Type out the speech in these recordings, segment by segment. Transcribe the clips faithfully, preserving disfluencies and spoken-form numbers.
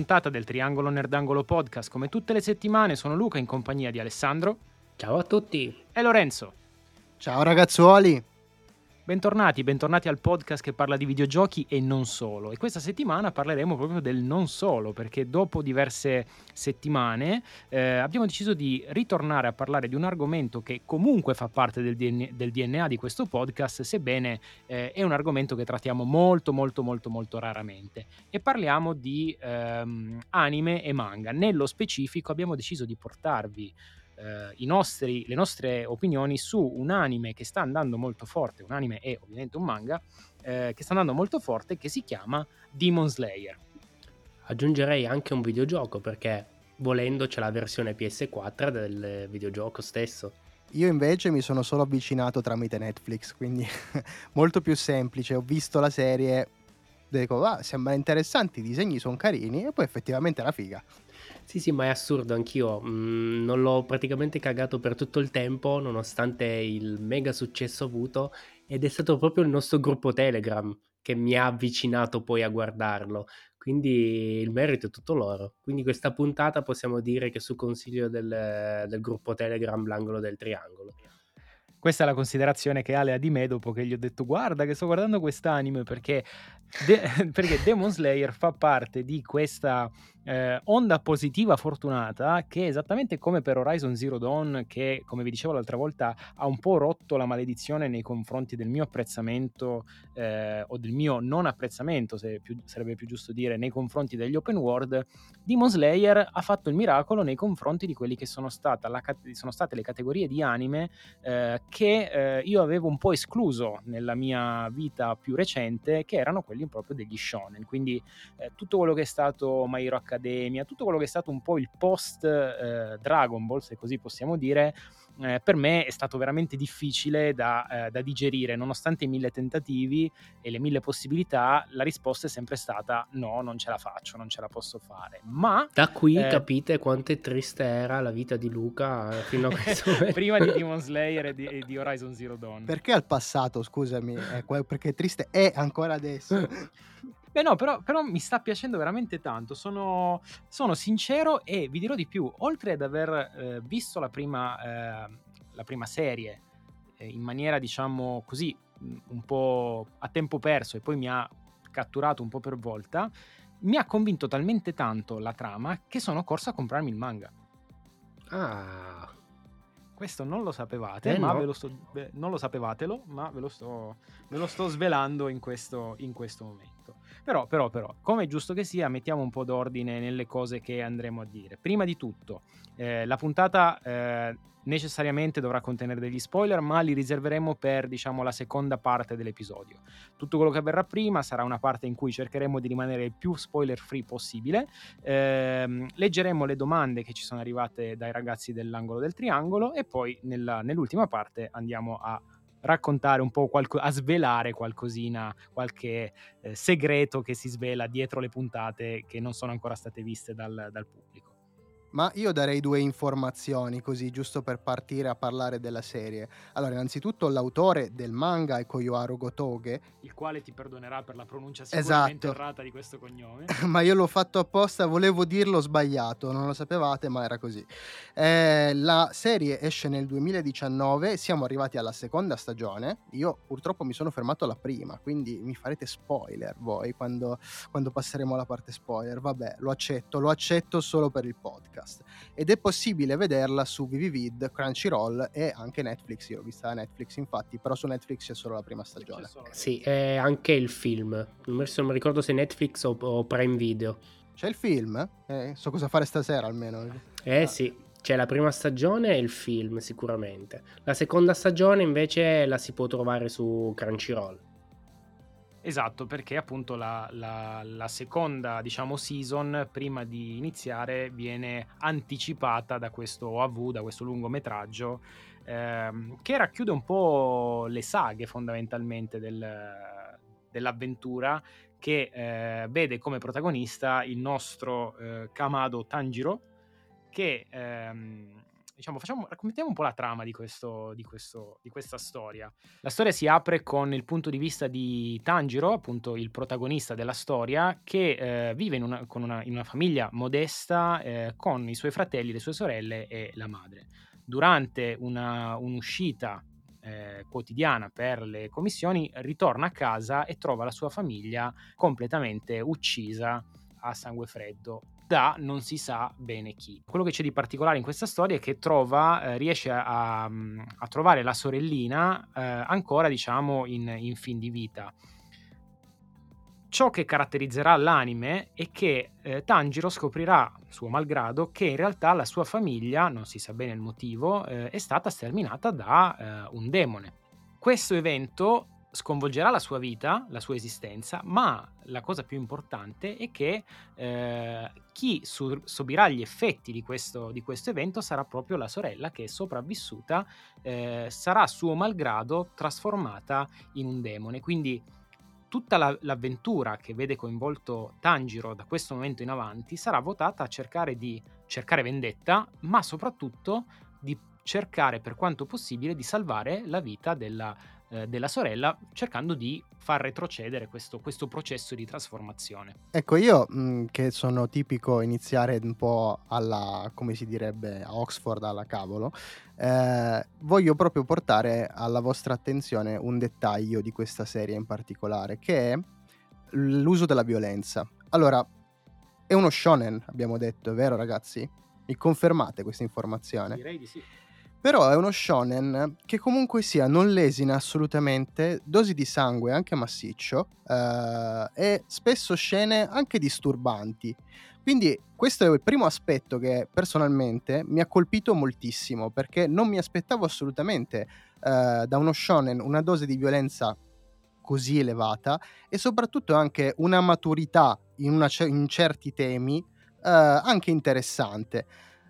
puntata del Triangolo Nerdangolo Podcast. Come tutte le settimane sono Luca in compagnia di Alessandro. Ciao a tutti. E Lorenzo. Ciao ragazzuoli. Bentornati, bentornati al podcast che parla di videogiochi e non solo. E questa settimana parleremo proprio del non solo, perché dopo diverse settimane eh, abbiamo deciso di ritornare a parlare di un argomento che comunque fa parte del, D N- del D N A di questo podcast, sebbene eh, è un argomento che trattiamo molto molto molto molto raramente. E parliamo di ehm, anime e manga. Nello specifico abbiamo deciso di portarvi Uh, i nostri, le nostre opinioni su un anime che sta andando molto forte, un anime e ovviamente un manga eh, che sta andando molto forte, che si chiama Demon Slayer. Aggiungerei anche un videogioco, perché volendo c'è la versione P S quattro del videogioco stesso. Io invece mi sono solo avvicinato tramite Netflix, quindi molto più semplice. Ho visto la serie, dico, ah, sembra interessanti, i disegni sono carini, e poi effettivamente è una figa. Sì, sì, ma è assurdo, anch'io mm, non l'ho praticamente cagato per tutto il tempo, nonostante il mega successo avuto, ed è stato proprio il nostro gruppo Telegram che mi ha avvicinato poi a guardarlo, quindi il merito è tutto loro. Quindi questa puntata possiamo dire che su consiglio del, del gruppo Telegram l'angolo del triangolo. Questa è la considerazione che Ale ha di me dopo che gli ho detto guarda che sto guardando quest'anime, perché, De- perché Demon Slayer fa parte di questa eh, onda positiva fortunata che, esattamente come per Horizon Zero Dawn, che come vi dicevo l'altra volta ha un po' rotto la maledizione nei confronti del mio apprezzamento eh, o del mio non apprezzamento, se più, sarebbe più giusto dire, nei confronti degli open world. Demon Slayer ha fatto il miracolo nei confronti di quelli che sono, stata la, sono state le categorie di anime eh, che eh, io avevo un po' escluso nella mia vita più recente, che erano quelli proprio degli shonen. Quindi eh, tutto quello che è stato My Hero Academia, tutto quello che è stato un po' il post eh, Dragon Ball, se così possiamo dire, eh, per me è stato veramente difficile da, eh, da digerire. Nonostante i mille tentativi e le mille possibilità, la risposta è sempre stata no, non ce la faccio, non ce la posso fare. Ma da qui eh, capite quanto è triste era la vita di Luca fino a questo momento. prima di Demon Slayer e di, e di Horizon Zero Dawn. Perché al passato, scusami, è que- perché è triste è ancora adesso. Beh no, però, però mi sta piacendo veramente tanto, sono, sono sincero, e vi dirò di più. Oltre ad aver eh, visto la prima, eh, la prima serie eh, in maniera, diciamo così, un po' a tempo perso, e poi mi ha catturato un po' per volta, mi ha convinto talmente tanto la trama che sono corso a comprarmi il manga. Ah, Questo non lo sapevate, eh ma no. ve lo sto, beh, non lo sapevatelo, ma ve lo sto, ve lo sto svelando in questo, in questo momento. Però, però, però, come è giusto che sia, mettiamo un po' d'ordine nelle cose che andremo a dire. Prima di tutto, eh, la puntata eh, necessariamente dovrà contenere degli spoiler, ma li riserveremo per, diciamo, la seconda parte dell'episodio. Tutto quello che avverrà prima sarà una parte in cui cercheremo di rimanere il più spoiler free possibile. Eh, leggeremo le domande che ci sono arrivate dai ragazzi dell'angolo del triangolo, e poi nella, nell'ultima parte andiamo a raccontare un po', qualco, a svelare qualcosina, qualche eh, segreto che si svela dietro le puntate che non sono ancora state viste dal, dal pubblico. Ma io darei due informazioni così, giusto per partire a parlare della serie. Allora, innanzitutto l'autore del manga è Koyoharo Gotoge, il quale ti perdonerà per la pronuncia sicuramente esatto, errata di questo cognome. ma io l'ho fatto apposta, volevo dirlo sbagliato, non lo sapevate, ma era così. Eh, la serie esce nel duemiladiciannove, siamo arrivati alla seconda stagione. Io purtroppo mi sono fermato alla prima, quindi mi farete spoiler voi quando, quando passeremo alla parte spoiler. Vabbè, lo accetto, lo accetto solo per il podcast. Ed è possibile vederla su Vivid, Crunchyroll e anche Netflix. Io l'ho vista da Netflix, infatti, però su Netflix c'è solo la prima stagione. Sì, è anche il film. Adesso non mi ricordo se Netflix o, o Prime Video. C'è il film? Eh, so cosa fare stasera almeno. Eh Ah. sì, c'è la prima stagione e il film sicuramente. La seconda stagione invece la si può trovare su Crunchyroll. Esatto, perché appunto la, la, la seconda, diciamo, season, prima di iniziare, viene anticipata da questo O A V, da questo lungometraggio, ehm, che racchiude un po' le saghe fondamentalmente del, dell'avventura, che eh, vede come protagonista il nostro eh, Kamado Tanjiro, che ehm, diciamo, facciamo, raccontiamo un po' la trama di, questo, di, questo, di questa storia. La storia si apre con il punto di vista di Tanjiro, appunto il protagonista della storia, che eh, vive in una, con una, in una famiglia modesta eh, con i suoi fratelli, le sue sorelle e la madre. Durante una, un'uscita eh, quotidiana per le commissioni, ritorna a casa e trova la sua famiglia completamente uccisa a sangue freddo da non si sa bene chi. Quello che c'è di particolare in questa storia è che trova, eh, riesce a, a trovare la sorellina eh, ancora, diciamo, in, in fin di vita. Ciò che caratterizzerà l'anime è che eh, Tanjiro scoprirà, suo malgrado, che in realtà la sua famiglia, non si sa bene il motivo, eh, è stata sterminata da eh, un demone. Questo evento sconvolgerà la sua vita, la sua esistenza, ma la cosa più importante è che eh, chi su- subirà gli effetti di questo, di questo evento sarà proprio la sorella che è sopravvissuta, eh, sarà suo malgrado trasformata in un demone. Quindi tutta la, l'avventura che vede coinvolto Tanjiro da questo momento in avanti sarà votata a cercare di cercare vendetta, ma soprattutto di cercare per quanto possibile di salvare la vita della, eh, della sorella, cercando di far retrocedere questo, questo processo di trasformazione. Ecco, io mh, che sono tipico iniziare un po' alla, come si direbbe, a Oxford alla cavolo, eh, voglio proprio portare alla vostra attenzione un dettaglio di questa serie in particolare, che è l'uso della violenza. Allora, è uno shonen, abbiamo detto, è vero ragazzi? Mi confermate questa informazione? Direi di sì. Però è uno shonen che comunque sia non lesina assolutamente, dosi di sangue anche massiccio eh, e spesso scene anche disturbanti. Quindi questo è il primo aspetto che personalmente mi ha colpito moltissimo, perché non mi aspettavo assolutamente eh, da uno shonen una dose di violenza così elevata e soprattutto anche una maturità in, una, in certi temi eh, anche interessante.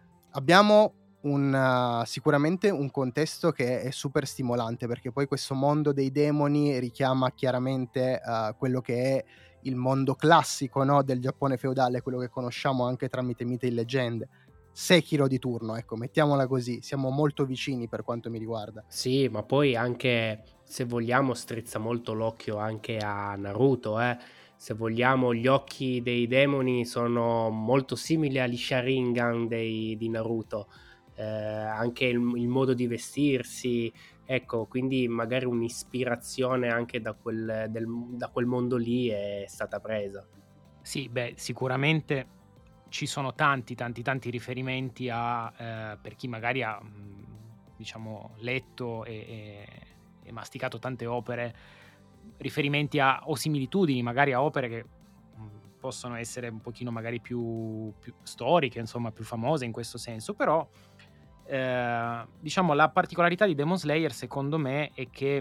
Abbiamo un, uh, sicuramente un contesto che è super stimolante, perché poi questo mondo dei demoni richiama chiaramente uh, quello che è il mondo classico, no, del Giappone feudale, quello che conosciamo anche tramite miti e leggende. Sekiro di turno, ecco, mettiamola così, siamo molto vicini per quanto mi riguarda. Sì, ma poi anche, se vogliamo, strizza molto l'occhio anche a Naruto, eh. Se vogliamo, gli occhi dei demoni sono molto simili agli Sharingan dei, di Naruto, eh, anche il, il modo di vestirsi, ecco, quindi magari un'ispirazione anche da quel, del, da quel mondo lì è stata presa. Sì, beh, sicuramente ci sono tanti, tanti, tanti riferimenti a, eh, per chi magari ha, mh, diciamo, letto e, e, e masticato tante opere, riferimenti a, o similitudini magari a opere che mh, possono essere un pochino magari più, più storiche, insomma, più famose in questo senso, però eh, diciamo la particolarità di Demon Slayer secondo me è che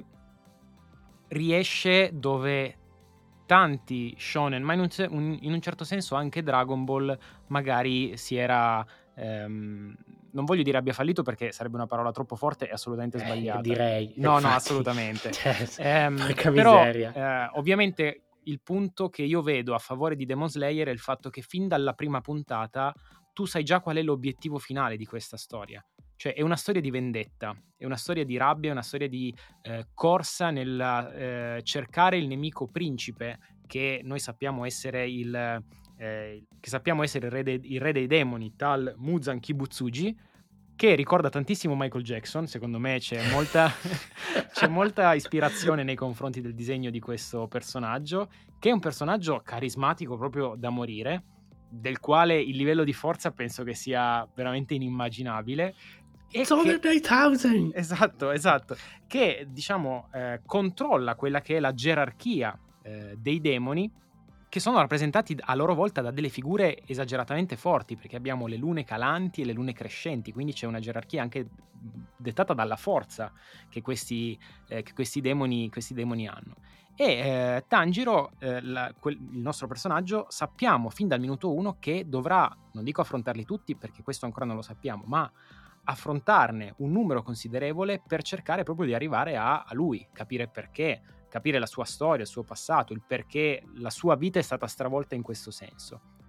riesce dove tanti shonen, ma in un, un, in un certo senso anche Dragon Ball magari si era, ehm, non voglio dire abbia fallito perché sarebbe una parola troppo forte e assolutamente sbagliata. Eh, direi. No, infatti, no, assolutamente. Cioè, ehm, porca però, miseria. eh, ovviamente il punto che io vedo a favore di Demon Slayer è il fatto che fin dalla prima puntata tu sai già qual è l'obiettivo finale di questa storia. Cioè è una storia di vendetta, è una storia di rabbia, è una storia di eh, corsa nel eh, cercare il nemico principe che noi sappiamo essere il, eh, che sappiamo essere il re, de- il re dei demoni, tal Muzan Kibutsuji, che ricorda tantissimo Michael Jackson. Secondo me c'è molta, c'è molta ispirazione nei confronti del disegno di questo personaggio, che è un personaggio carismatico proprio da morire, del quale il livello di forza penso che sia veramente inimmaginabile. E che, esatto, esatto, che diciamo eh, controlla quella che è la gerarchia eh, dei demoni, che sono rappresentati a loro volta da delle figure esageratamente forti, perché abbiamo le lune calanti e le lune crescenti, quindi c'è una gerarchia anche dettata dalla forza che questi, eh, che questi, demoni, questi demoni hanno. E eh, Tanjiro, eh, la, quel, il nostro personaggio, sappiamo fin dal minuto uno che dovrà, non dico affrontarli tutti perché questo ancora non lo sappiamo, ma affrontarne un numero considerevole per cercare proprio di arrivare a, a lui, capire perché, capire la sua storia, il suo passato, il perché la sua vita è stata stravolta in questo senso.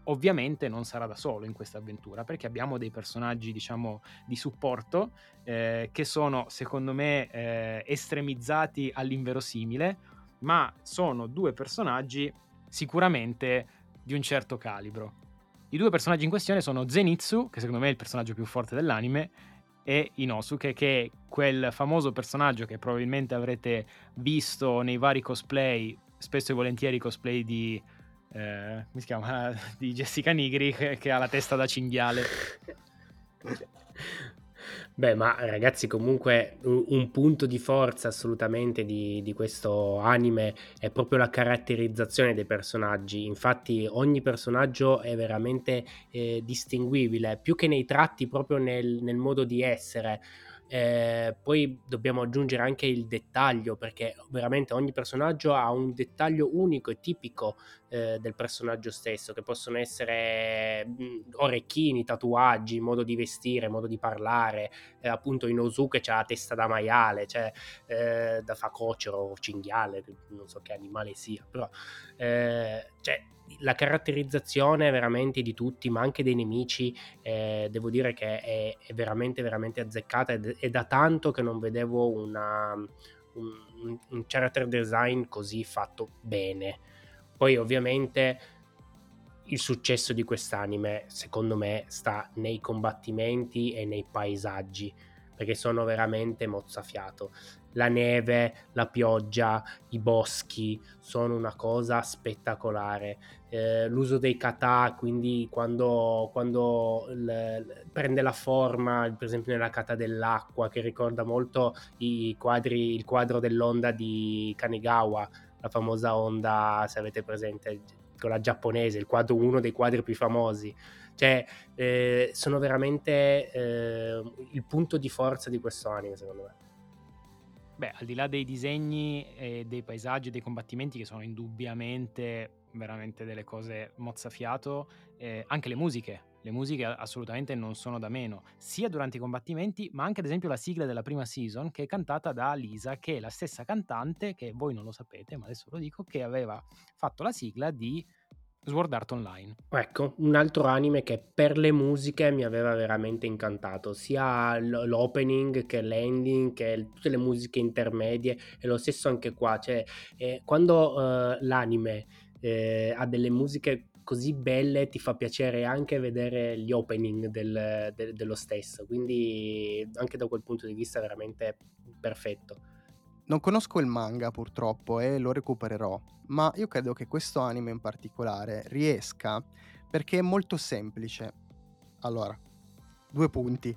ovviamente non sarà da solo in questa avventura, perché abbiamo dei personaggi, diciamo, di supporto eh, che sono, secondo me, eh, estremizzati all'inverosimile, ma sono due personaggi sicuramente di un certo calibro. I due personaggi in questione sono Zenitsu, che secondo me è il personaggio più forte dell'anime, e Inosuke, che è quel famoso personaggio che probabilmente avrete visto nei vari cosplay, spesso e volentieri cosplay di eh, come si chiama? Di Jessica Nigri, che, che ha la testa da cinghiale. Beh, ma ragazzi, comunque un, un punto di forza assolutamente di, di questo anime è proprio la caratterizzazione dei personaggi. Infatti ogni personaggio è veramente eh, distinguibile, più che nei tratti, proprio nel, nel modo di essere. Eh, poi dobbiamo aggiungere anche il dettaglio, perché veramente ogni personaggio ha un dettaglio unico e tipico eh, del personaggio stesso, che possono essere mh, orecchini, tatuaggi, modo di vestire, modo di parlare. Eh, appunto Inosuke c'ha la testa da maiale, cioè eh, da facocero o cinghiale, non so che animale sia, però eh, cioè la caratterizzazione veramente di tutti, ma anche dei nemici, eh, devo dire che è, è veramente veramente azzeccata, ed è da tanto che non vedevo una, un, un character design così fatto bene. Poi ovviamente il successo di quest'anime, secondo me, sta nei combattimenti e nei paesaggi, perché sono veramente mozzafiato. La neve, la pioggia, i boschi sono una cosa spettacolare. Eh, l'uso dei kata, quindi quando, quando l, prende la forma, per esempio nella kata dell'acqua, che ricorda molto i quadri, il quadro dell'onda di Kanegawa, la famosa onda, se avete presente, quella giapponese, il quadro, uno dei quadri più famosi. Cioè eh, sono veramente eh, il punto di forza di questo anime, secondo me. Beh, al di là dei disegni e dei paesaggi e dei combattimenti, che sono indubbiamente veramente delle cose mozzafiato, eh, anche le musiche. Le musiche assolutamente non sono da meno, sia durante i combattimenti, ma anche ad esempio la sigla della prima season, che è cantata da Lisa, che è la stessa cantante, che voi non lo sapete, ma adesso lo dico, che aveva fatto la sigla di Sword Art Online. Ecco, un altro anime che per le musiche mi aveva veramente incantato, sia l'opening che l'ending, che tutte le musiche intermedie, e lo stesso anche qua, cioè eh, quando eh, l'anime eh, ha delle musiche così belle ti fa piacere anche vedere gli opening del, del, dello stesso, quindi anche da quel punto di vista veramente perfetto. Non conosco il manga purtroppo e lo recupererò, ma io credo che questo anime in particolare riesca perché è molto semplice. Allora, due punti.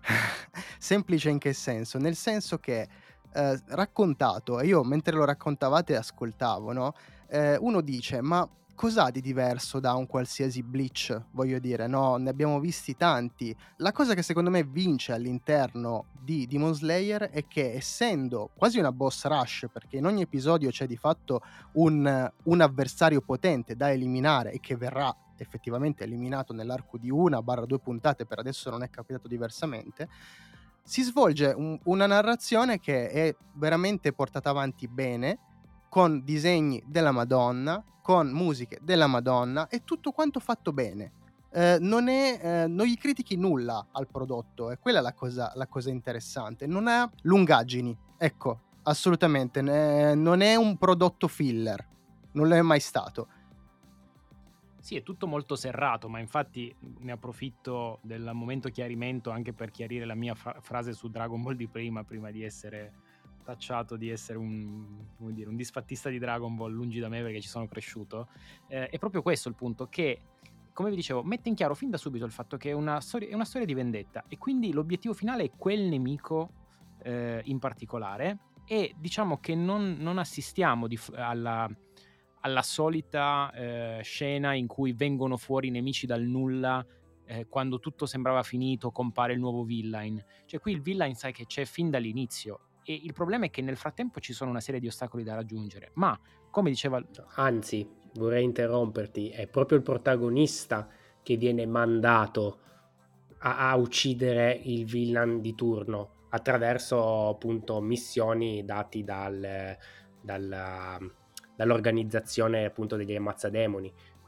Semplice in che senso? Nel senso che eh, raccontato, e io mentre lo raccontavate ascoltavo, no? Eh, uno dice, ma cos'ha di diverso da un qualsiasi Bleach? Voglio dire, no? Ne abbiamo visti tanti. La cosa che secondo me vince all'interno di Demon Slayer è che, essendo quasi una boss rush, perché in ogni episodio c'è di fatto un, un avversario potente da eliminare e che verrà effettivamente eliminato nell'arco di una barra due puntate, per adesso non è capitato diversamente, si svolge un, una narrazione che è veramente portata avanti bene, con disegni della Madonna, con musiche della Madonna, e tutto quanto fatto bene. Eh, non, è, eh, non gli critichi nulla al prodotto, e quella è la cosa, la cosa interessante. Non ha lungaggini, ecco, assolutamente. Ne, non è un prodotto filler, non lo è mai stato. Sì, è tutto molto serrato, ma infatti ne approfitto del momento chiarimento anche per chiarire la mia fra- frase su Dragon Ball di prima, prima di essere tacciato di essere un, come dire, un disfattista di Dragon Ball, lungi da me perché ci sono cresciuto. Eh, è proprio questo il punto, che, come vi dicevo, mette in chiaro fin da subito il fatto che è una storia, è una storia di vendetta, e quindi l'obiettivo finale è quel nemico eh, in particolare, e diciamo che non, non assistiamo di, alla... alla solita eh, scena in cui vengono fuori i nemici dal nulla, eh, quando tutto sembrava finito, compare il nuovo villain. Cioè qui il villain sai che c'è fin dall'inizio, e il problema è che nel frattempo ci sono una serie di ostacoli da raggiungere, ma come diceva... Anzi, vorrei interromperti, è proprio il protagonista che viene mandato a, a uccidere il villain di turno attraverso appunto missioni dati dal, dal, dall'organizzazione appunto degli ammazzademoni.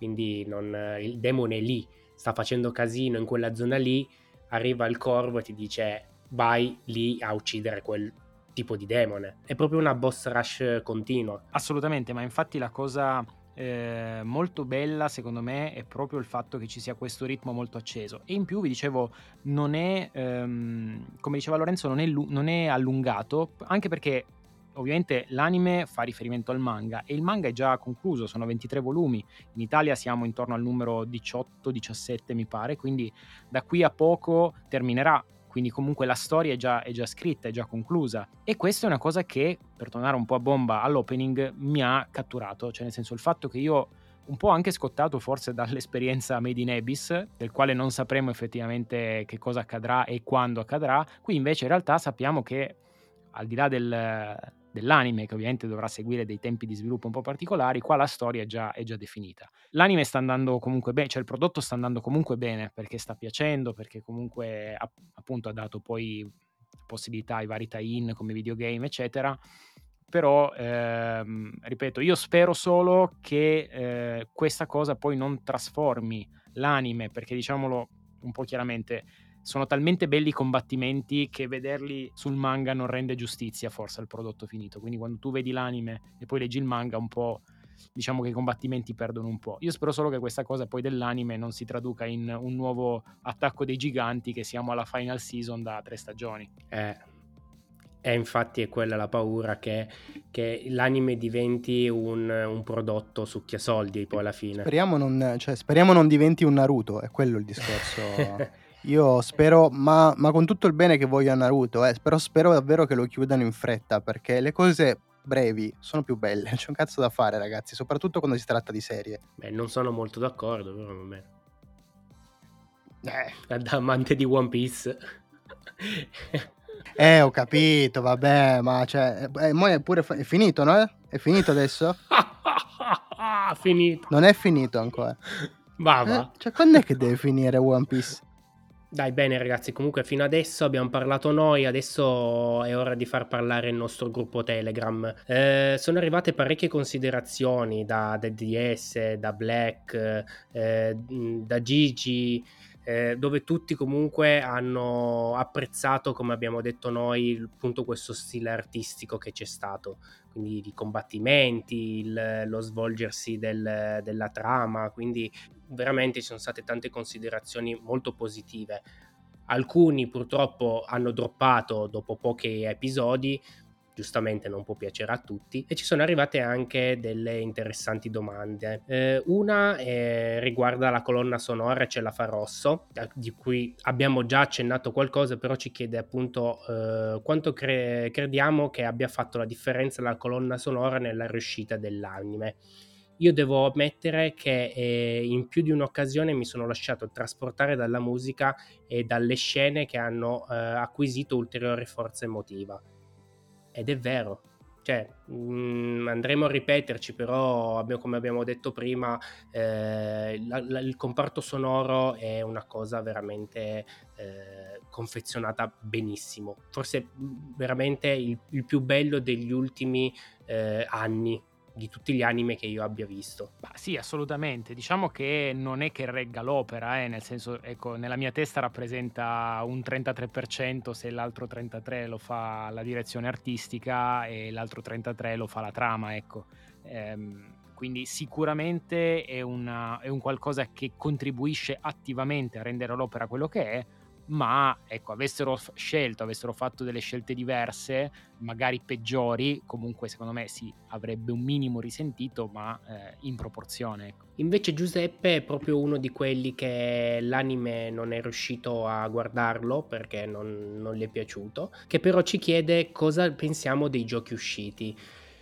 quindi non, il demone è lì, sta facendo casino in quella zona lì, arriva il corvo e ti dice vai lì a uccidere quel tipo di demone. È proprio una boss rush continua. Assolutamente, ma infatti la cosa eh, molto bella secondo me è proprio il fatto che ci sia questo ritmo molto acceso, e in più vi dicevo non è ehm, come diceva Lorenzo, non è, lu- non è allungato, anche perché ovviamente l'anime fa riferimento al manga e il manga è già concluso, sono ventitré volumi, in Italia siamo intorno al numero diciotto diciassette mi pare, quindi da qui a poco terminerà, quindi comunque la storia è già, è già scritta, è già conclusa, e questa è una cosa che, per tornare un po' a bomba all'opening, mi ha catturato, cioè nel senso il fatto che io, un po' anche scottato forse dall'esperienza Made in Abyss, del quale non sapremo effettivamente che cosa accadrà e quando accadrà, qui invece in realtà sappiamo che al di là del, dell'anime, che ovviamente dovrà seguire dei tempi di sviluppo un po' particolari, qua la storia è già, è già definita. L'anime sta andando comunque bene, cioè il prodotto sta andando comunque bene, perché sta piacendo, perché comunque appunto ha dato poi possibilità ai vari tie-in come videogame, eccetera. Però, ehm, ripeto, io spero solo che eh, questa cosa poi non trasformi l'anime, perché diciamolo un po' chiaramente, sono talmente belli i combattimenti che vederli sul manga non rende giustizia forse al prodotto finito, quindi quando tu vedi l'anime e poi leggi il manga un po', diciamo che i combattimenti perdono un po'. Io spero solo che questa cosa poi dell'anime non si traduca in un nuovo attacco dei giganti, che siamo alla final season da tre stagioni. Eh, e infatti è quella la paura, che, che l'anime diventi un, un prodotto succhiasoldi poi alla fine. Speriamo non, cioè, speriamo non diventi un Naruto, è quello il discorso. Io spero, ma, ma con tutto il bene che voglio a Naruto, eh, però spero davvero che lo chiudano in fretta, perché le cose brevi sono più belle, c'è un cazzo da fare ragazzi, soprattutto quando si tratta di serie. Beh, non sono molto d'accordo, però vabbè. Eh, Da amante di One Piece. eh ho capito, vabbè, ma cioè, eh, mo è pure è finito, no? È finito adesso? Finito. Non è finito ancora. Va, Eh, va. cioè, quando è che deve finire One Piece? Dai, bene ragazzi, comunque fino adesso abbiamo parlato noi, adesso è ora di far parlare il nostro gruppo Telegram. Eh, sono arrivate parecchie considerazioni da, da D S, da Black, eh, da Gigi, eh, dove tutti comunque hanno apprezzato, come abbiamo detto noi, appunto questo stile artistico che c'è stato, quindi i combattimenti, il, lo svolgersi del, della trama, quindi veramente ci sono state tante considerazioni molto positive. Alcuni purtroppo hanno droppato dopo pochi episodi, giustamente non può piacere a tutti, e ci sono arrivate anche delle interessanti domande. Eh, una eh, riguarda la colonna sonora Ce la fa Rosso, di cui abbiamo già accennato qualcosa, però ci chiede appunto eh, quanto cre- crediamo che abbia fatto la differenza la colonna sonora nella riuscita dell'anime. Io devo ammettere che eh, in più di un'occasione mi sono lasciato trasportare dalla musica e dalle scene che hanno eh, acquisito ulteriore forza emotiva. Ed è vero, cioè mh, andremo a ripeterci, però abbiamo, come abbiamo detto prima, eh, la, la, il comparto sonoro è una cosa veramente eh, confezionata benissimo, forse veramente il, il più bello degli ultimi eh, anni, di tutti gli anime che io abbia visto. Bah, sì, assolutamente. Diciamo che non è che regga l'opera, eh, nel senso, ecco, nella mia testa rappresenta un trentatré per cento se l'altro trentatré per cento lo fa la direzione artistica e l'altro trentatré per cento lo fa la trama, ecco. Ehm, quindi sicuramente è, una, è un qualcosa che contribuisce attivamente a rendere l'opera quello che è, ma ecco, avessero f- scelto, avessero fatto delle scelte diverse, magari peggiori, comunque secondo me si avrebbe un minimo risentito, ma eh, in proporzione, ecco. Invece Giuseppe è proprio uno di quelli che l'anime non è riuscito a guardarlo perché non, non gli è piaciuto, che però ci chiede cosa pensiamo dei giochi usciti.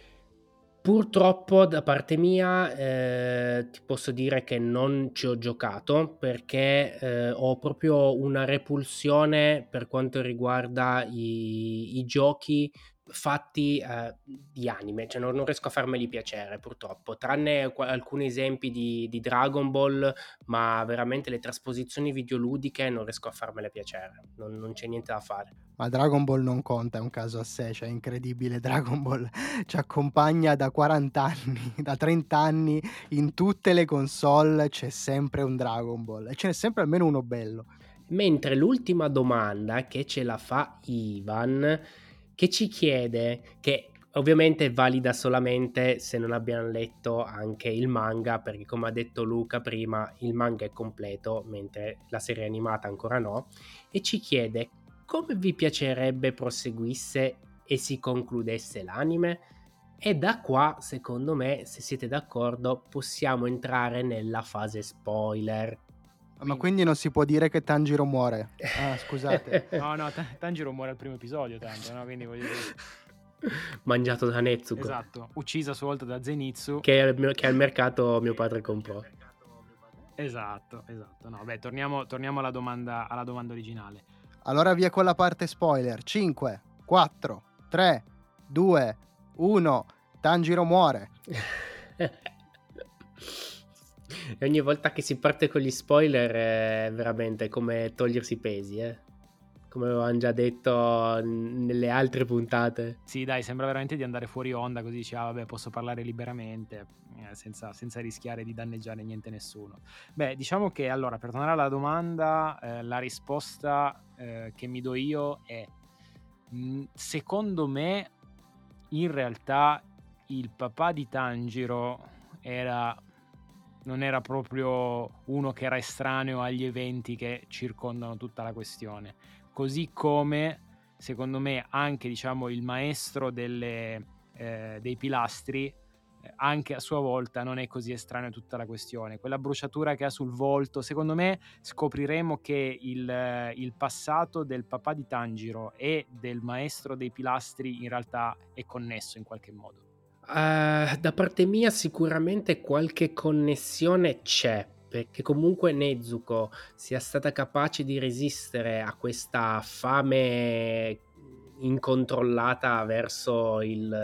Purtroppo da parte mia eh, ti posso dire che non ci ho giocato perché eh, ho proprio una repulsione per quanto riguarda i, i giochi fatti eh, di anime, cioè non, non riesco a farmeli piacere purtroppo, tranne qua- alcuni esempi di, di Dragon Ball, ma veramente le trasposizioni videoludiche non riesco a farmele piacere, non, non c'è niente da fare. Ma Dragon Ball non conta, è un caso a sé, cioè è incredibile. Dragon Ball ci accompagna da quaranta anni, da trenta anni, in tutte le console c'è sempre un Dragon Ball e ce n'è sempre almeno uno bello. Mentre l'ultima domanda che ce la fa Ivan, che ci chiede, che ovviamente è valida solamente se non abbiamo letto anche il manga, perché come ha detto Luca prima, il manga è completo, mentre la serie animata ancora no, e ci chiede come vi piacerebbe proseguisse e si concludesse l'anime. E da qua, secondo me, se siete d'accordo, possiamo entrare nella fase spoiler. Ma quindi non si può dire che Tanjiro muore? Ah, scusate. No, no, T- Tanjiro muore al primo episodio, tanto, no? Quindi voglio dire... Mangiato da Nezuko. Esatto, uccisa a sua volta da Zenitsu. Che, al, che al mercato mio padre comprò. Esatto, esatto. No, beh, torniamo, torniamo alla domanda, alla domanda originale. Allora via con la parte spoiler. cinque, quattro, tre, due, uno. Tanjiro muore. E ogni volta che si parte con gli spoiler è veramente come togliersi i pesi, eh? Come avevamo già detto nelle altre puntate. Sì, dai, sembra veramente di andare fuori onda, così dici, ah, vabbè, posso parlare liberamente, eh, senza, senza rischiare di danneggiare niente e nessuno. Beh, diciamo che, allora, per tornare alla domanda, eh, la risposta eh, che mi do io è, mh, secondo me, in realtà, il papà di Tanjiro era... non era proprio uno che era estraneo agli eventi che circondano tutta la questione, così come secondo me anche, diciamo, il maestro delle, eh, dei pilastri eh, anche a sua volta non è così estraneo a tutta la questione. Quella bruciatura che ha sul volto, secondo me scopriremo che il, eh, il passato del papà di Tanjiro e del maestro dei pilastri in realtà è connesso in qualche modo. Uh, da parte mia sicuramente qualche connessione c'è, perché comunque Nezuko sia stata capace di resistere a questa fame incontrollata verso il,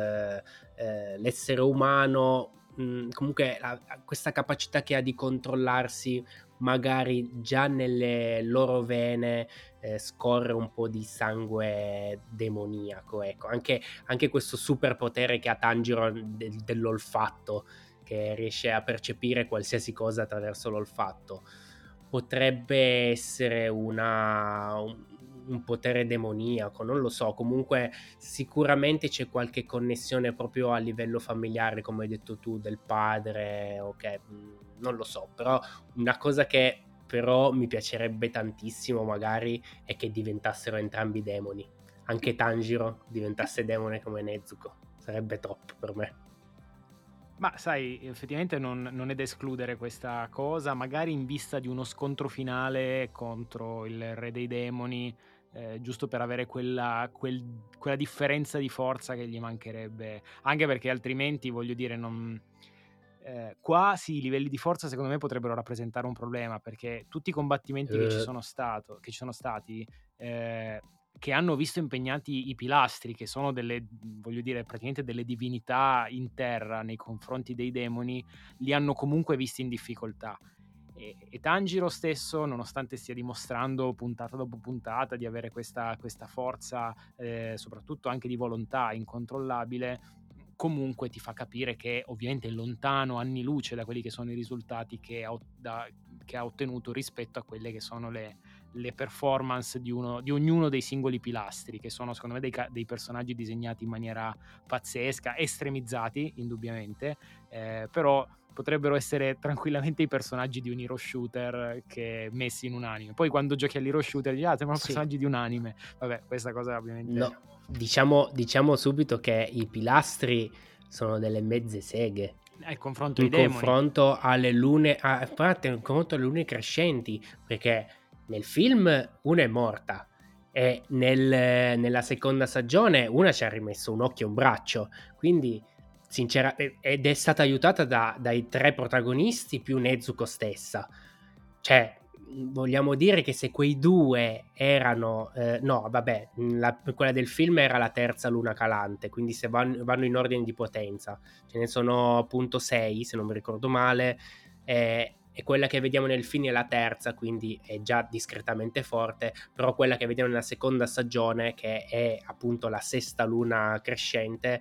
eh, l'essere umano, mh, comunque la, questa capacità che ha di controllarsi, magari già nelle loro vene eh, scorre un po' di sangue demoniaco, ecco, anche, anche questo superpotere che ha Tanjiro del, dell'olfatto, che riesce a percepire qualsiasi cosa attraverso l'olfatto, potrebbe essere una, un, un potere demoniaco, non lo so, comunque sicuramente c'è qualche connessione proprio a livello familiare, come hai detto tu, del padre, ok, non lo so, però una cosa che però mi piacerebbe tantissimo magari è che diventassero entrambi demoni, anche Tanjiro diventasse demone come Nezuko, sarebbe troppo per me. Ma sai, effettivamente non, non è da escludere questa cosa, magari in vista di uno scontro finale contro il re dei demoni, eh, giusto per avere quella, quel, quella differenza di forza che gli mancherebbe, anche perché altrimenti, voglio dire, non... Eh, qua sì, i livelli di forza secondo me potrebbero rappresentare un problema, perché tutti i combattimenti uh. che ci sono stato, che ci sono stati, eh, che hanno visto impegnati i pilastri, che sono delle, voglio dire, praticamente delle divinità in terra nei confronti dei demoni, li hanno comunque visti in difficoltà. E, e Tanjiro stesso, nonostante stia dimostrando puntata dopo puntata di avere questa, questa forza, eh, soprattutto anche di volontà incontrollabile, comunque ti fa capire che ovviamente è lontano anni luce da quelli che sono i risultati che ha, da, che ha ottenuto rispetto a quelle che sono le, le performance di, uno, di ognuno dei singoli pilastri, che sono secondo me dei, dei personaggi disegnati in maniera pazzesca, estremizzati indubbiamente, eh, però potrebbero essere tranquillamente i personaggi di un hero shooter che messi in un anime. Poi quando giochi all'hero shooter gli altri sembrano sì. personaggi di un anime. Vabbè, questa cosa ovviamente... No, diciamo, diciamo subito che i pilastri sono delle mezze seghe. Il confronto in ai confronto demoni. alle lune, a, a parte in confronto alle lune crescenti, perché nel film una è morta e nel, nella seconda stagione una ci ha rimesso un occhio e un braccio, quindi sincera, ed è stata aiutata da, dai tre protagonisti più Nezuko stessa, cioè vogliamo dire che se quei due erano eh, no vabbè la, quella del film era la terza luna calante, quindi se vanno, vanno in ordine di potenza ce ne sono appunto sei se non mi ricordo male, eh, e quella che vediamo nel film è la terza, quindi è già discretamente forte, però quella che vediamo nella seconda stagione, che è appunto la sesta luna crescente,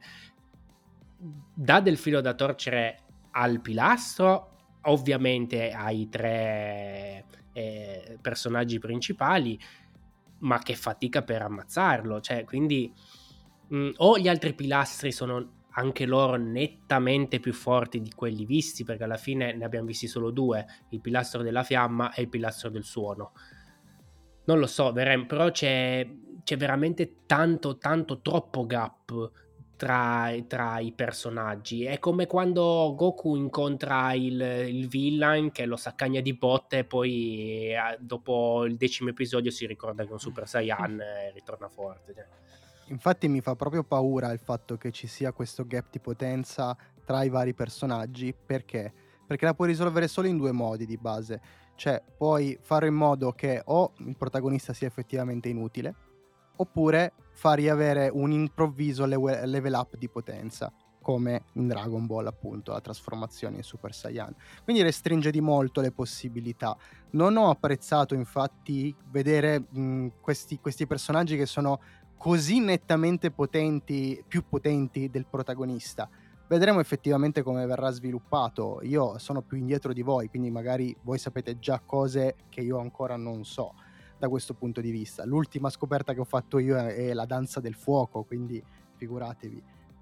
dà del filo da torcere al pilastro, ovviamente ai tre eh, personaggi principali, ma che fatica per ammazzarlo, cioè quindi mh, o gli altri pilastri sono anche loro nettamente più forti di quelli visti, perché alla fine ne abbiamo visti solo due, il pilastro della fiamma e il pilastro del suono. Non lo so, però c'è, c'è veramente tanto, tanto, troppo gap tra, tra i personaggi. È come quando Goku incontra il, il villain che lo saccagna di botte e poi eh, dopo il decimo episodio si ricorda che è un Super Saiyan e ritorna forte. Cioè. Infatti mi fa proprio paura il fatto che ci sia questo gap di potenza tra i vari personaggi. Perché? Perché la puoi risolvere solo in due modi di base. Cioè puoi fare in modo che o il protagonista sia effettivamente inutile, oppure fargli avere un improvviso lewe- level up di potenza, come in Dragon Ball appunto la trasformazione in Super Saiyan. Quindi restringe di molto le possibilità. Non ho apprezzato infatti vedere mh, questi, questi personaggi che sono così nettamente potenti, più potenti del protagonista. Vedremo effettivamente come verrà sviluppato. Io sono più indietro di voi, quindi magari voi sapete già cose che io ancora non so da questo punto di vista. L'ultima scoperta che ho fatto io è la danza del fuoco, quindi figuratevi.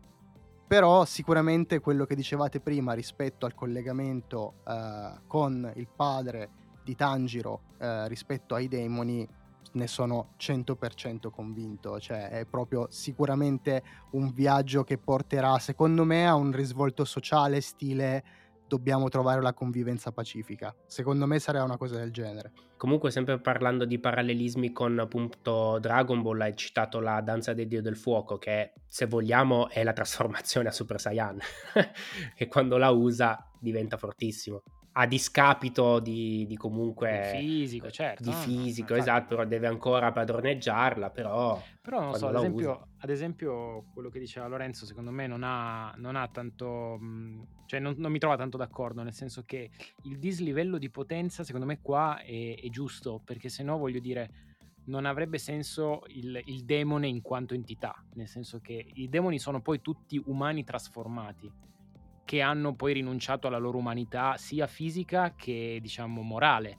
Però sicuramente quello che dicevate prima rispetto al collegamento eh, con il padre di Tanjiro eh, rispetto ai demoni, ne sono cento per cento convinto. Cioè è proprio sicuramente un viaggio che porterà secondo me a un risvolto sociale stile dobbiamo trovare la convivenza pacifica. Secondo me sarà una cosa del genere. Comunque, sempre parlando di parallelismi con appunto Dragon Ball, hai citato la danza del dio del fuoco, che se vogliamo è la trasformazione a Super Saiyan che quando la usa diventa fortissimo, a discapito di, di comunque Di fisico, certo, di no, no, fisico, infatti. esatto, però deve ancora padroneggiarla, però Però non so, quando ad la esempio, usa. ad esempio quello che diceva Lorenzo secondo me non ha, non ha tanto, mh, cioè non, non mi trova tanto d'accordo, nel senso che il dislivello di potenza secondo me qua è, è giusto, perché se no voglio dire non avrebbe senso il, il demone in quanto entità, nel senso che i demoni sono poi tutti umani trasformati, che hanno poi rinunciato alla loro umanità sia fisica che diciamo morale.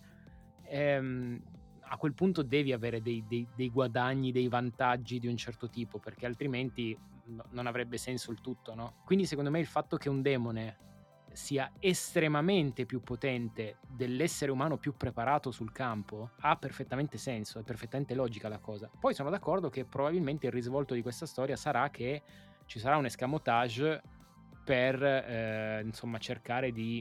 Ehm, a quel punto devi avere dei, dei, dei guadagni, dei vantaggi di un certo tipo, perché altrimenti no, non avrebbe senso il tutto, no? Quindi secondo me il fatto che un demone sia estremamente più potente dell'essere umano più preparato sul campo ha perfettamente senso, è perfettamente logica la cosa. Poi sono d'accordo che probabilmente il risvolto di questa storia sarà che ci sarà un escamotage per eh, insomma cercare di,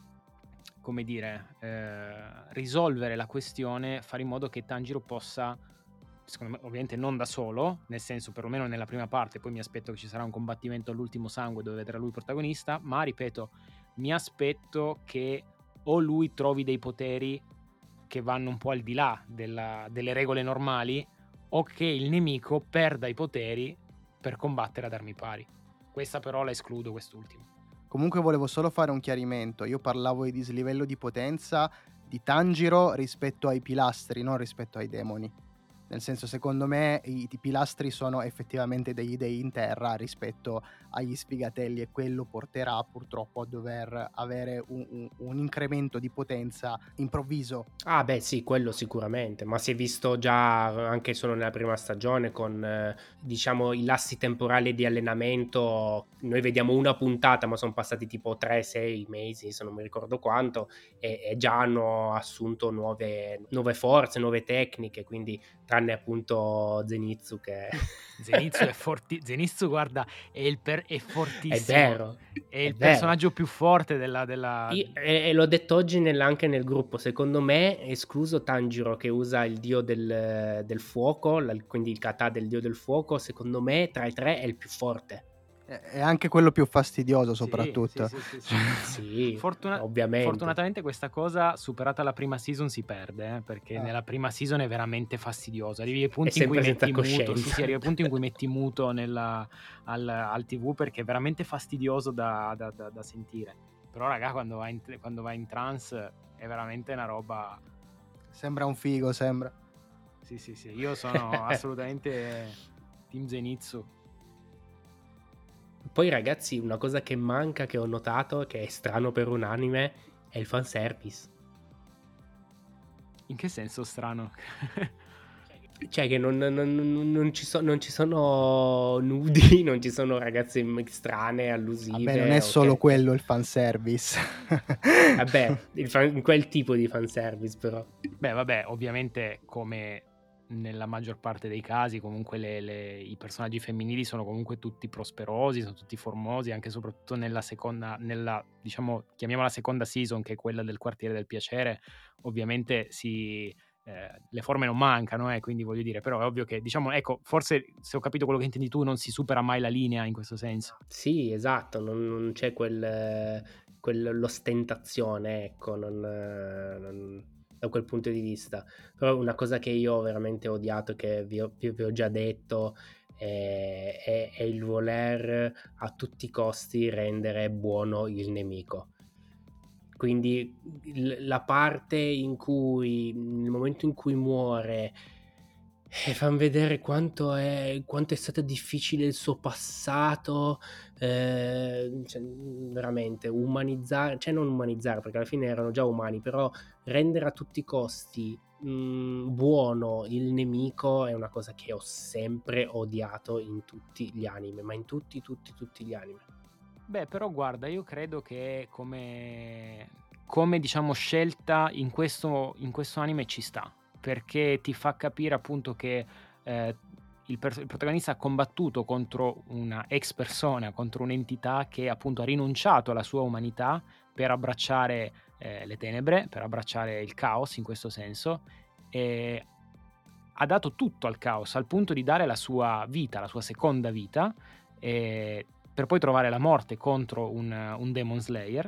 come dire, eh, risolvere la questione, fare in modo che Tanjiro possa, secondo me ovviamente non da solo, nel senso perlomeno nella prima parte, poi mi aspetto che ci sarà un combattimento all'ultimo sangue dove vedrà lui protagonista, ma ripeto, mi aspetto che o lui trovi dei poteri che vanno un po' al di là della, delle regole normali, o che il nemico perda i poteri per combattere ad armi pari. Questa però la escludo, quest'ultima. Comunque volevo solo fare un chiarimento. Io parlavo di dislivello di potenza di Tanjiro rispetto ai pilastri, non rispetto ai demoni. Nel senso, secondo me i, i pilastri sono effettivamente degli dei in terra rispetto agli sfigatelli, e quello porterà purtroppo a dover avere un, un, un incremento di potenza improvviso. Ah beh sì, quello sicuramente, ma si è visto già anche solo nella prima stagione con eh, diciamo i lassi temporali di allenamento. Noi vediamo una puntata ma sono passati tipo tre sei mesi, se non mi ricordo quanto, e, e già hanno assunto nuove, nuove forze, nuove tecniche, quindi tranne appunto Zenitsu che Zenitsu è forti Zenitsu guarda è, il per- è fortissimo, è vero, è è il vero. personaggio più forte della, della... Io, e, e l'ho detto oggi nel, anche nel gruppo, secondo me, escluso Tanjiro che usa il dio del, del fuoco, la, quindi il kata del dio del fuoco, secondo me tra i tre è il più forte. È è anche quello più fastidioso Sì, sì, soprattutto. sì, sì, sì. Sì, Fortuna ovviamente. fortunatamente questa cosa, superata la prima season, si perde, eh, perché Ah. nella prima season è veramente fastidiosa. Arrivi ai È punti in cui sempre senza metti muto, sì, coscienza. sì, arrivi ai punti in cui metti muto nella al al T V perché è veramente fastidioso da da da da sentire. Però raga, quando vai in t quando vai in trance è veramente una roba. Sembra un figo, sembra. Sì, sì, sì, io sono assolutamente team Zenitsu. Poi ragazzi, una cosa che manca, che ho notato, che è strano per un anime, è il fanservice. In che senso strano? Cioè che non, non- non- non ci so- non ci sono nudi, non ci sono ragazze m- strane, Vabbè, non allusive, è solo ok. quello il fanservice. Vabbè, il fan- quel tipo di fanservice però. Beh, vabbè, ovviamente come nella maggior parte dei casi, comunque le- le- i personaggi femminili sono comunque tutti prosperosi, sono tutti formosi, anche e soprattutto nella seconda, nella, diciamo, chiamiamola seconda season, che è quella del Quartiere del Piacere, ovviamente si, eh, le forme non mancano, eh, quindi voglio dire, però è ovvio che, diciamo, ecco, forse se ho capito quello che intendi tu, non si supera mai la linea in questo senso. Sì, esatto, non, non c'è quel, quell'ostentazione, ecco, non, eh, non- da quel punto di vista. Però una cosa che io ho veramente odiato, che vi ho, vi- vi ho già detto, è, è- è il voler a tutti i costi rendere buono il nemico. Quindi il- la parte in cui, nel momento in cui muore, e fanno vedere quanto è, quanto è stato difficile il suo passato, eh, cioè, veramente umanizzare, cioè non umanizzare perché alla fine erano già umani, però rendere a tutti i costi mh, buono il nemico è una cosa che ho sempre odiato in tutti gli anime, ma in tutti, tutti, tutti gli anime. Beh, però guarda, io credo che come, come diciamo scelta in questo, in questo anime ci sta, perché ti fa capire appunto che eh, il, per- il protagonista ha combattuto contro una ex persona, contro un'entità che appunto ha rinunciato alla sua umanità per abbracciare eh, le tenebre, per abbracciare il caos in questo senso, e ha dato tutto al caos, al punto di dare la sua vita, la sua seconda vita, eh, per poi trovare la morte contro un, un Demon Slayer.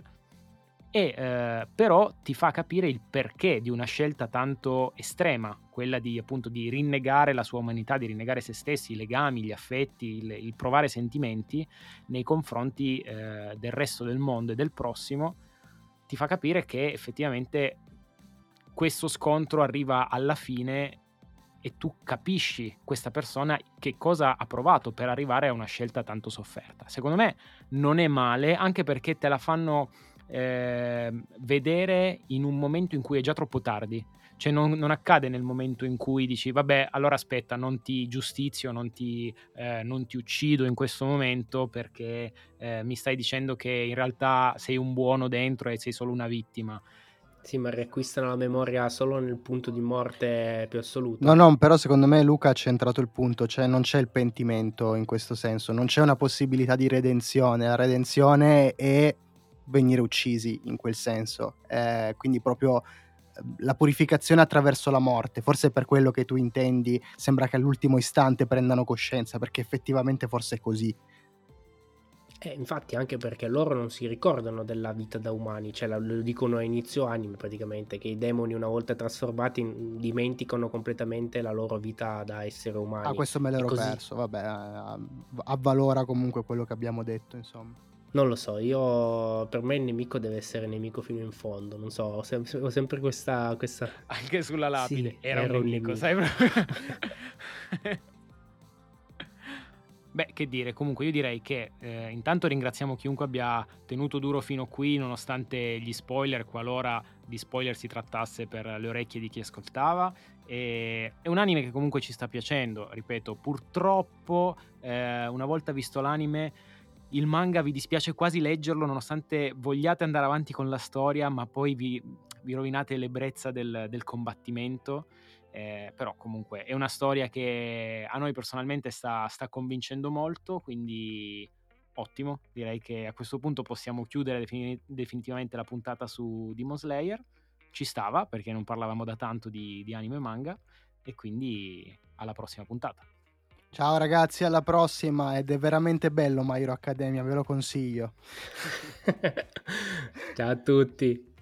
E eh, però ti fa capire il perché di una scelta tanto estrema, quella di appunto di rinnegare la sua umanità, di rinnegare se stessi, i legami, gli affetti, il, il provare sentimenti nei confronti eh, del resto del mondo e del prossimo. Ti fa capire che effettivamente questo scontro arriva alla fine e tu capisci questa persona che cosa ha provato per arrivare a una scelta tanto sofferta. Secondo me non è male, anche perché te la fanno eh, vedere in un momento in cui è già troppo tardi. Cioè non, non accade nel momento in cui dici vabbè, allora aspetta, non ti giustizio, non ti, eh, non ti uccido in questo momento perché eh, mi stai dicendo che in realtà sei un buono dentro e sei solo una vittima. Sì, ma riacquistano la memoria solo nel punto di morte più assoluto. No, no, però secondo me Luca ha centrato il punto, cioè non c'è il pentimento in questo senso, non c'è una possibilità di redenzione, la redenzione è venire uccisi in quel senso, eh, quindi proprio eh, la purificazione attraverso la morte, forse è per quello che tu intendi, sembra che all'ultimo istante prendano coscienza, perché effettivamente forse è così. Eh, infatti, anche perché loro non si ricordano della vita da umani, cioè la- lo dicono a inizio anime praticamente, che i demoni una volta trasformati in- dimenticano completamente la loro vita da esseri Ah, umani. questo me E l'ero così, perso, vabbè, eh, avvalora comunque quello che abbiamo detto, insomma. non lo so, io per me il nemico deve essere nemico fino in fondo, non so, ho, sem- ho sempre questa, questa... Anche sulla lapide Sì, era un ero un nemico, nemico. sai proprio. Beh, che dire, comunque io direi che eh, intanto ringraziamo chiunque abbia tenuto duro fino qui, nonostante gli spoiler, qualora di spoiler si trattasse per le orecchie di chi ascoltava. E, è un anime che comunque ci sta piacendo, ripeto, purtroppo eh, una volta visto l'anime, il manga vi dispiace quasi leggerlo, nonostante vogliate andare avanti con la storia, ma poi vi, vi rovinate l'ebbrezza del, del combattimento. Eh, però comunque è una storia che a noi personalmente sta, sta convincendo molto, quindi ottimo, direi che a questo punto possiamo chiudere defini- definitivamente la puntata su Demon Slayer. Ci stava perché non parlavamo da tanto di, di anime e manga, e quindi alla prossima puntata. Ciao ragazzi, alla prossima, ed è veramente bello My Hero Academia, ve lo consiglio. Ciao a tutti.